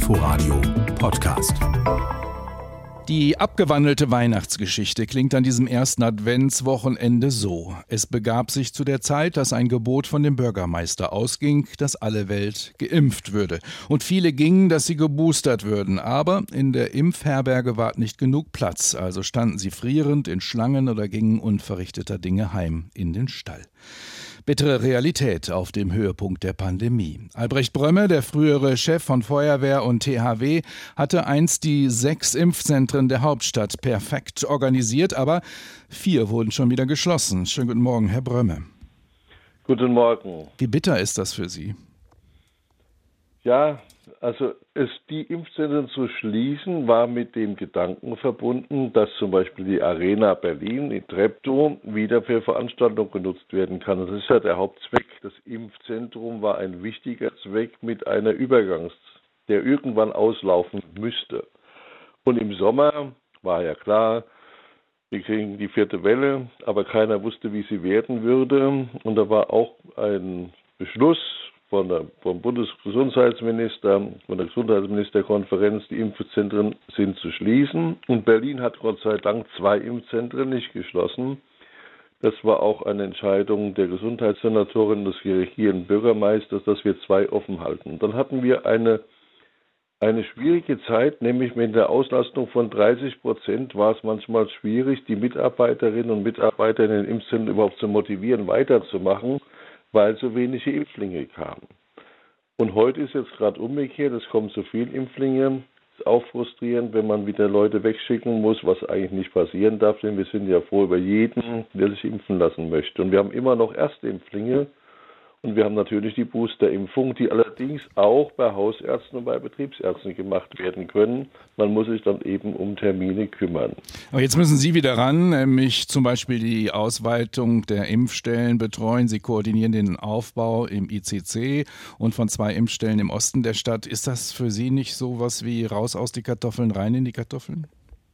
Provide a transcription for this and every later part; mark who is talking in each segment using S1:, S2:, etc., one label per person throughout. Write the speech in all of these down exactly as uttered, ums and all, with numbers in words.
S1: Inforadio Podcast. Die abgewandelte Weihnachtsgeschichte klingt an diesem ersten Adventswochenende so. Es begab sich zu der Zeit, dass ein Gebot von dem Bürgermeister ausging, dass alle Welt geimpft würde. Und viele gingen, dass sie geboostert würden. Aber in der Impfherberge war nicht genug Platz. Also standen sie frierend in Schlangen oder gingen unverrichteter Dinge heim in den Stall. Bittere Realität auf dem Höhepunkt der Pandemie. Albrecht Brömme, der frühere Chef von Feuerwehr und T H W, hatte einst die sechs Impfzentren der Hauptstadt perfekt organisiert, aber vier wurden schon wieder geschlossen. Schönen guten Morgen, Herr Brömme.
S2: Guten Morgen.
S1: Wie bitter ist das für Sie?
S2: Ja, also es, die Impfzentren zu schließen, war mit dem Gedanken verbunden, dass zum Beispiel die Arena Berlin in Treptow wieder für Veranstaltungen genutzt werden kann. Das ist ja der Hauptzweck. Das Impfzentrum war ein wichtiger Zweck mit einer Übergangs, der irgendwann auslaufen müsste. Und im Sommer war ja klar, wir kriegen die vierte Welle, aber keiner wusste, wie sie werden würde. Und da war auch ein Beschluss von der, vom Bundesgesundheitsminister, von der Gesundheitsministerkonferenz, die Impfzentren sind zu schließen. Und Berlin hat Gott sei Dank zwei Impfzentren nicht geschlossen. Das war auch eine Entscheidung der Gesundheitssenatorin des regierenden Bürgermeisters, dass wir zwei offen halten. Dann hatten wir eine, eine schwierige Zeit, nämlich mit der Auslastung von dreißig Prozent war es manchmal schwierig, die Mitarbeiterinnen und Mitarbeiter in den Impfzentren überhaupt zu motivieren, weiterzumachen, weil so wenige Impflinge kamen. Und heute ist jetzt gerade umgekehrt, es kommen zu viele Impflinge. Ist auch frustrierend, wenn man wieder Leute wegschicken muss, was eigentlich nicht passieren darf, denn wir sind ja froh über jeden, der sich impfen lassen möchte. Und wir haben immer noch Erstimpflinge und wir haben natürlich die Boosterimpfung, die allerdings auch bei Hausärzten und bei Betriebsärzten gemacht werden können. Man muss sich dann eben um Termine kümmern.
S1: Aber jetzt müssen Sie wieder ran, nämlich zum Beispiel die Ausweitung der Impfstellen betreuen. Sie koordinieren den Aufbau im I C C und von zwei Impfstellen im Osten der Stadt. Ist das für Sie nicht sowas wie raus aus die Kartoffeln, rein in die Kartoffeln?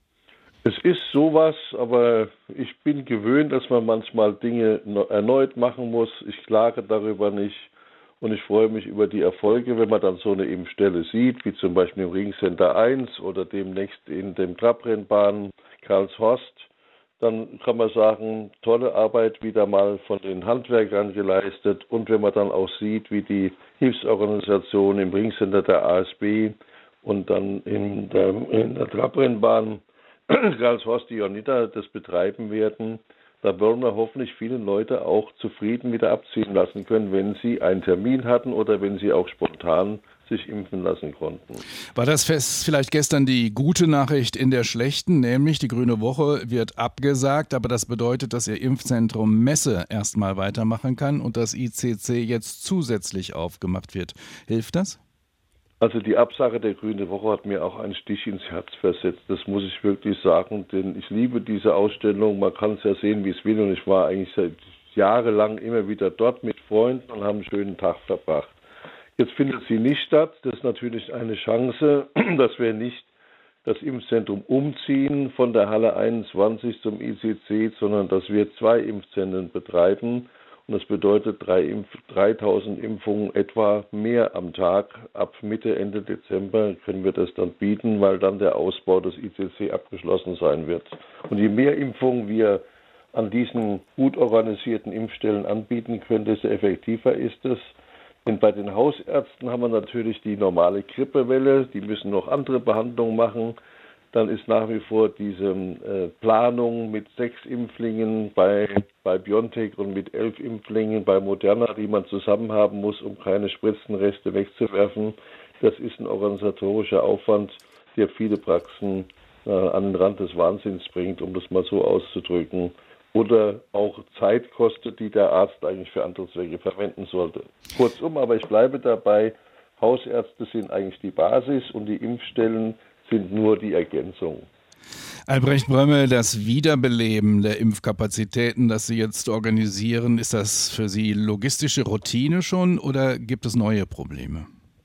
S2: Es ist sowas, aber ich bin gewöhnt, dass man manchmal Dinge erneut machen muss. Ich klage darüber nicht und ich freue mich über die Erfolge, wenn man dann so eine Impfstelle sieht, wie zum Beispiel im Ringcenter eins oder demnächst in dem Trabrennbahn Karlshorst. Dann kann man sagen, tolle Arbeit wieder mal von den Handwerkern geleistet. Und wenn man dann auch sieht, wie die Hilfsorganisation im Ringcenter der A S B und dann in der, in der Trabrennbahn Karlshorst, die Jonita das betreiben werden, da wollen wir hoffentlich viele Leute auch zufrieden wieder abziehen lassen können, wenn sie einen Termin hatten oder wenn sie auch spontan sich impfen lassen konnten.
S1: War das fest vielleicht gestern die gute Nachricht in der schlechten, nämlich die Grüne Woche wird abgesagt, aber das bedeutet, dass Ihr Impfzentrum Messe erstmal weitermachen kann und das I C C jetzt zusätzlich aufgemacht wird. Hilft das?
S2: Also die Absage der Grüne Woche hat mir auch einen Stich ins Herz versetzt. Das muss ich wirklich sagen, denn ich liebe diese Ausstellung. Man kann es ja sehen, wie es will. Und ich war eigentlich seit jahrelang immer wieder dort mit Freunden und habe einen schönen Tag verbracht. Jetzt findet sie nicht statt. Das ist natürlich eine Chance, dass wir nicht das Impfzentrum umziehen von der Halle einundzwanzig zum I C C, sondern dass wir zwei Impfzentren betreiben. Und das bedeutet drei Impf- dreitausend Impfungen etwa mehr am Tag. Ab Mitte, Ende Dezember können wir das dann bieten, weil dann der Ausbau des I C C abgeschlossen sein wird. Und je mehr Impfungen wir an diesen gut organisierten Impfstellen anbieten können, desto effektiver ist es. Denn bei den Hausärzten haben wir natürlich die normale Grippewelle, die müssen noch andere Behandlungen machen. Dann ist nach wie vor diese äh, Planung mit sechs Impflingen bei, bei BioNTech und mit elf Impflingen bei Moderna, die man zusammen haben muss, um keine Spritzenreste wegzuwerfen. Das ist ein organisatorischer Aufwand, der viele Praxen äh, an den Rand des Wahnsinns bringt, um das mal so auszudrücken. Oder auch Zeit kostet, die der Arzt eigentlich für andere Zwecke verwenden sollte. Kurzum, aber ich bleibe dabei, Hausärzte sind eigentlich die Basis und die Impfstellen sind nur die Ergänzung.
S1: Albrecht Brömme, das Wiederbeleben der Impfkapazitäten, das Sie jetzt organisieren, ist das für Sie logistische Routine schon oder gibt es neue Probleme?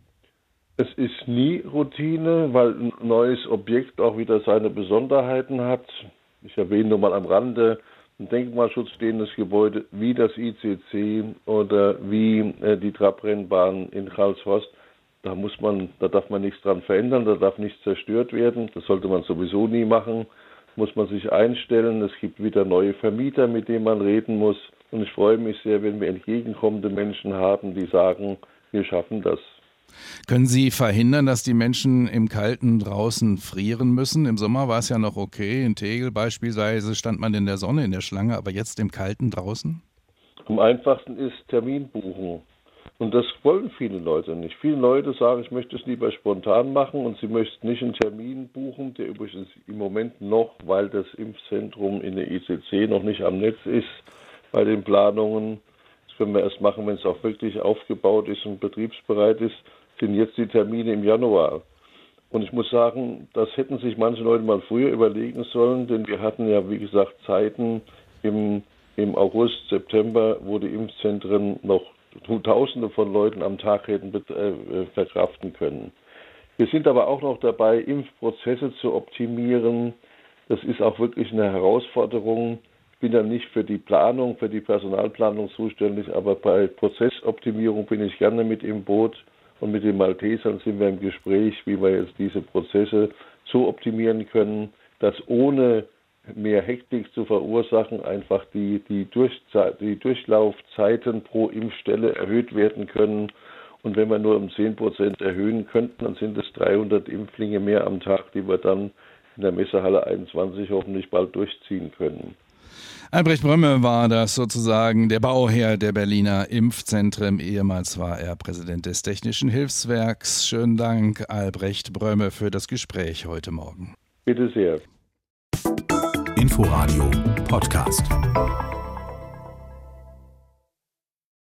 S2: Es ist nie Routine, weil ein neues Objekt auch wieder seine Besonderheiten hat. Ich erwähne nur mal am Rande ein denkmalschutzstehendes Gebäude wie das I C C oder wie äh, die Trabrennbahn in Karlshorst. da muss man, da darf man nichts dran verändern, da darf nichts zerstört werden. Das sollte man sowieso nie machen. Muss man sich einstellen. Es gibt wieder neue Vermieter, mit denen man reden muss. Und ich freue mich sehr, wenn wir entgegenkommende Menschen haben, die sagen, wir schaffen das.
S1: Können Sie verhindern, dass die Menschen im Kalten draußen frieren müssen? Im Sommer war es ja noch okay. In Tegel beispielsweise stand man in der Sonne in der Schlange, aber jetzt im Kalten draußen?
S2: Am einfachsten ist Termin buchen. Und das wollen viele Leute nicht. Viele Leute sagen, ich möchte es lieber spontan machen und sie möchten nicht einen Termin buchen, der übrigens im Moment noch, weil das Impfzentrum in der I C C noch nicht am Netz ist, bei den Planungen, das können wir erst machen, wenn es auch wirklich aufgebaut ist und betriebsbereit ist, sind jetzt die Termine im Januar. Und ich muss sagen, das hätten sich manche Leute mal früher überlegen sollen, denn wir hatten ja, wie gesagt, Zeiten im, im August, September, wo die Impfzentren noch Tausende von Leuten am Tag hätten äh, verkraften können. Wir sind aber auch noch dabei, Impfprozesse zu optimieren. Das ist auch wirklich eine Herausforderung. Ich bin dann nicht für die Planung, für die Personalplanung zuständig, aber bei Prozessoptimierung bin ich gerne mit im Boot. Und mit den Maltesern sind wir im Gespräch, wie wir jetzt diese Prozesse so optimieren können, dass ohne mehr Hektik zu verursachen, einfach die, die, Durchzeit, die Durchlaufzeiten pro Impfstelle erhöht werden können. Und wenn wir nur um zehn Prozent erhöhen könnten, dann sind es dreihundert Impflinge mehr am Tag, die wir dann in der Messehalle einundzwanzig hoffentlich bald durchziehen können.
S1: Albrecht Brömme war das sozusagen, der Bauherr der Berliner Impfzentren. Ehemals war er Präsident des Technischen Hilfswerks. Schönen Dank, Albrecht Brömme, für das Gespräch heute Morgen.
S2: Bitte sehr.
S3: Inforadio Podcast.